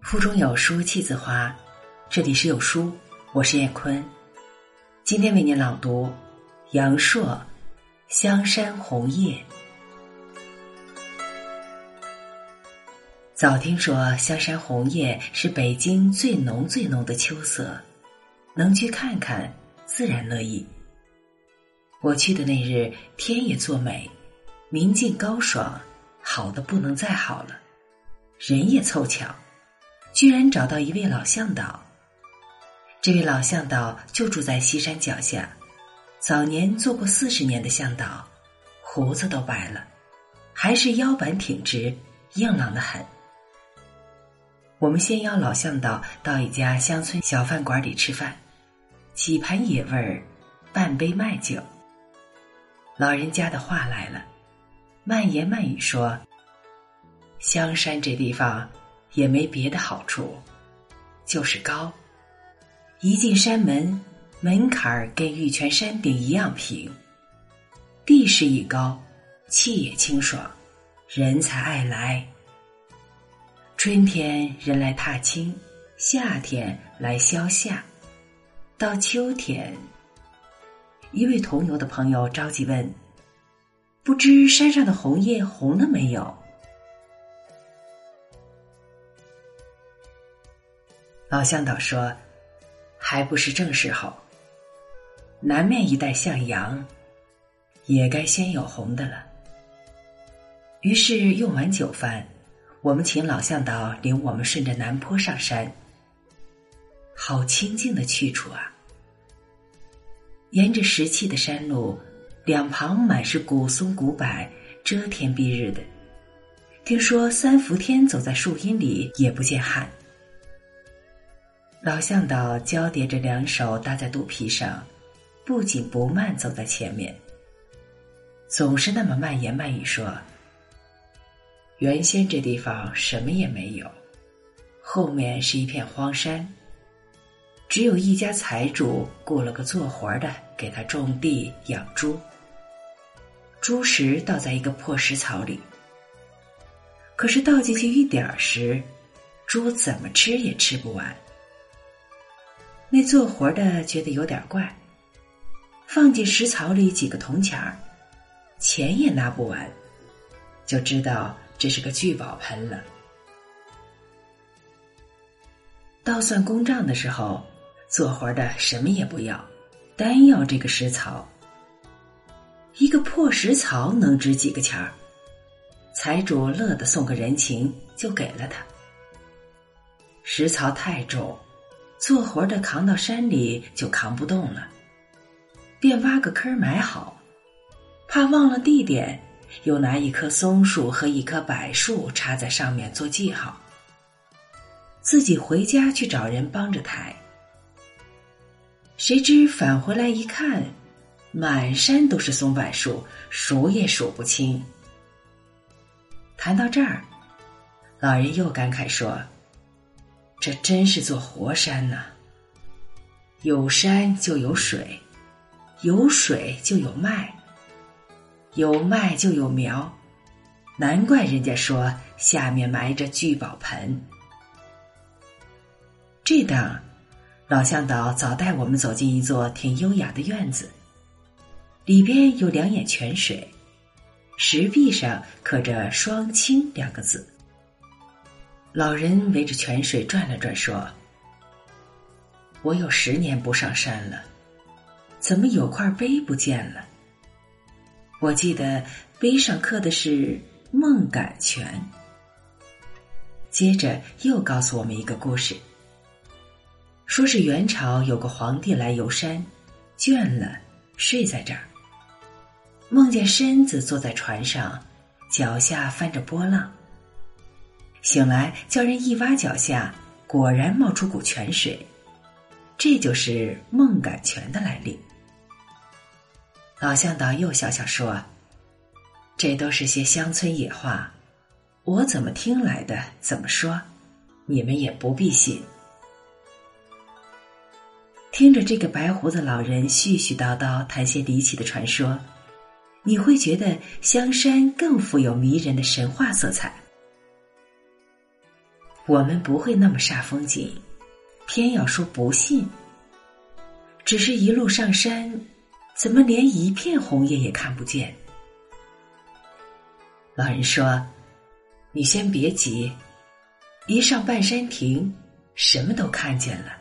腹中有书气自华，这里是有书，我是燕坤。今天为您朗读杨朔《香山红叶》。早听说香山红叶是北京最浓最浓的秋色，能去看看自然乐意。我去的那日天也作美，明净高爽，好的不能再好了。人也凑巧，居然找到一位老向导。这位老向导就住在西山脚下，早年做过40年的向导，胡子都白了，还是腰板挺直，硬朗得很。我们先邀老向导到一家乡村小饭馆里吃饭，几盘野味儿，半杯麦酒。老人家的话来了，慢言慢语说，香山这地方也没别的好处，就是高。一进山门，门槛儿跟玉泉山顶一样平，地势一高，气也清爽，人才爱来。春天人来踏青，夏天来消夏，到秋天，一位同游的朋友着急问，不知山上的红叶红了没有？老向导说，还不是正时候，南面一带向阳，也该先有红的了。于是用完酒饭，我们请老向导领我们顺着南坡上山。好清静的去处啊！沿着石砌的山路，两旁满是古松古柏，遮天蔽日的。听说3伏天走在树荫里也不见汗。老向导交叠着2手搭在肚皮上，不紧不慢走在前面，总是那么慢言慢语说，原先这地方什么也没有，后面是一片荒山，只有一家财主雇了个做活的给他种地养猪，猪食倒在一个破石槽里，可是倒进去一点时，猪怎么吃也吃不完。那做活的觉得有点怪，放进石槽里几个铜钱儿，钱也拿不完，就知道这是个聚宝盆了。到算公账的时候，做活的什么也不要，单要这个石槽。一个破石槽能值几个钱儿？财主乐得送个人情，就给了他。石槽太重，做活的扛到山里就扛不动了，便挖个坑埋好，怕忘了地点，又拿一棵松树和一棵柏树插在上面做记号，自己回家去找人帮着抬。谁知返回来一看，满山都是松柏树，数也数不清。谈到这儿，老人又感慨说，这真是座活山呐！有山就有水，有水就有麦，有麦就有苗，难怪人家说下面埋着聚宝盆。这当，老向导早带我们走进一座挺优雅的院子，里边有2眼泉水，石壁上刻着双清2个字。老人围着泉水转了转说，我有10年不上山了，怎么有块碑不见了？我记得碑上刻的是孟感泉。接着又告诉我们一个故事，说是元朝有个皇帝来游山，倦了睡在这儿，梦见身子坐在船上，脚下翻着波浪，醒来叫人一挖脚下，果然冒出股泉水，这就是孟感泉的来历。老向导又笑笑说，这都是些乡村野话，我怎么听来的怎么说，你们也不必信。听着这个白胡子老人絮絮叨叨谈些离奇的传说，你会觉得香山更富有迷人的神话色彩。 我们不会那么煞风景，偏要说不信。只是一路上山，怎么连一片红叶也看不见？老人说，你先别急，一上半山亭，什么都看见了。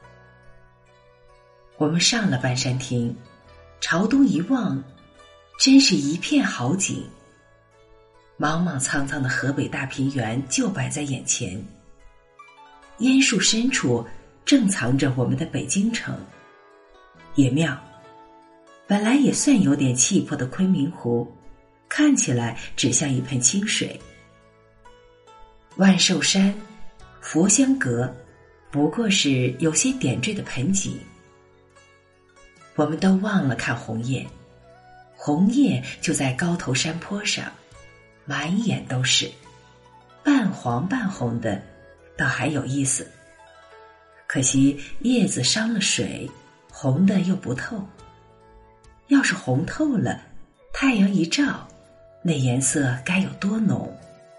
我们上了半山亭，朝东一望，真是一片好景。莽莽苍苍的河北大平原就摆在眼前，烟树深处正藏着我们的北京城。也妙，本来也算有点气魄的昆明湖，看起来只像一盆清水。万寿山、佛香阁，不过是有些点缀的盆景。我们都忘了看红叶，红叶就在高头山坡上，满眼都是，半黄半红的，倒还有意思。可惜叶子伤了水，红的又不透。要是红透了，太阳一照，那颜色该有多浓。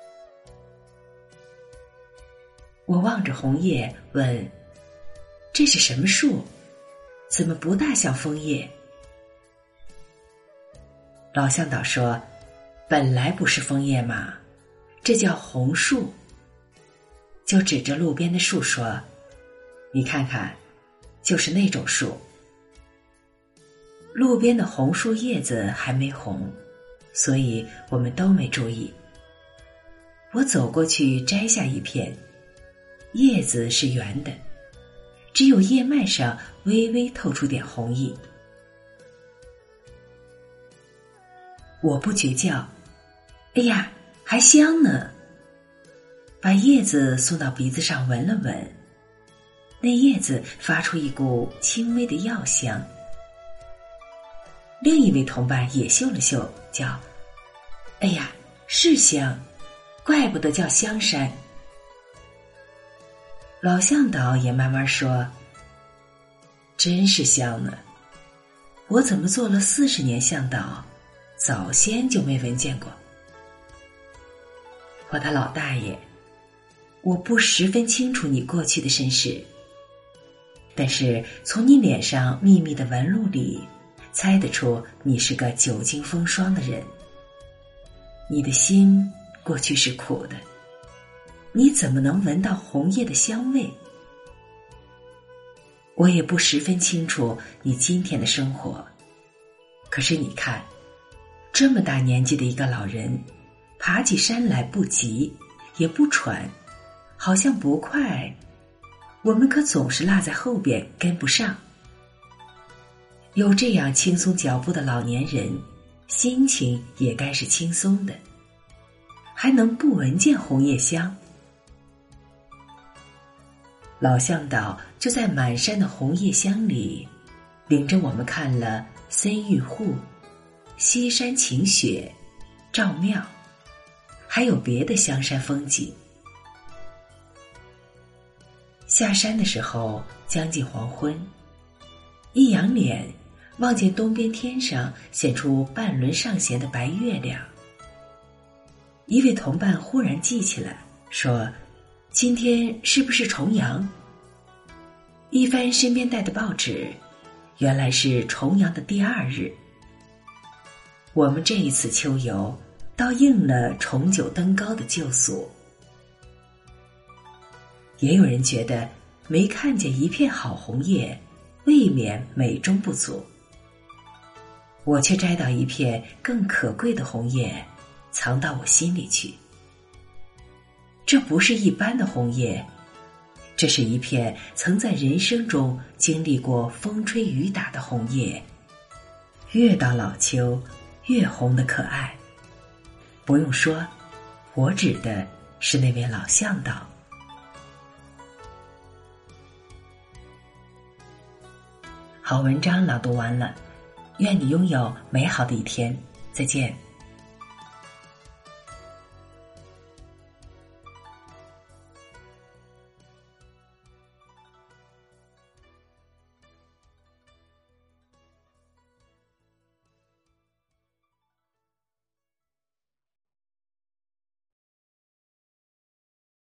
我望着红叶问，这是什么树？怎么不大像枫叶？老向导说，本来不是枫叶嘛，这叫红树。就指着路边的树说，你看看，就是那种树。路边的红树叶子还没红，所以我们都没注意。我走过去摘下一片，叶子是圆的，只有叶脉上微微透出点红意。我不觉叫，哎呀，还香呢！把叶子送到鼻子上闻了闻，那叶子发出一股轻微的药香。另一位同伴也嗅了嗅，叫，哎呀，是香，怪不得叫香山。老向导也慢慢说，真是香呢，我怎么做了40年向导，早先就没闻见过。我的老大爷，我不十分清楚你过去的身世，但是从你脸上密密的纹路里，猜得出你是个久经风霜的人。你的心过去是苦的，你怎么能闻到红叶的香味？我也不十分清楚你今天的生活，可是你看，这么大年纪的一个老人，爬起山来不急也不喘，好像不快，我们可总是落在后边跟不上。有这样轻松脚步的老年人，心情也该是轻松的，还能不闻见红叶香？老向导就在满山的红叶香里，领着我们看了森玉户、西山晴雪、赵庙，还有别的香山风景。下山的时候将近黄昏，一仰脸望见东边天上显出半轮上弦的白月亮。一位同伴忽然记起来，说，今天是不是重阳？一翻身边带的报纸，原来是重阳的第2日。我们这一次秋游倒应了重九登高的旧俗。也有人觉得没看见一片好红叶，未免美中不足。我却摘到一片更可贵的红叶，藏到我心里去。这不是一般的红叶，这是一片曾在人生中经历过风吹雨打的红叶，越到老秋越红的可爱。不用说，我指的是那位老向导。好文章朗读完了，愿你拥有美好的一天，再见。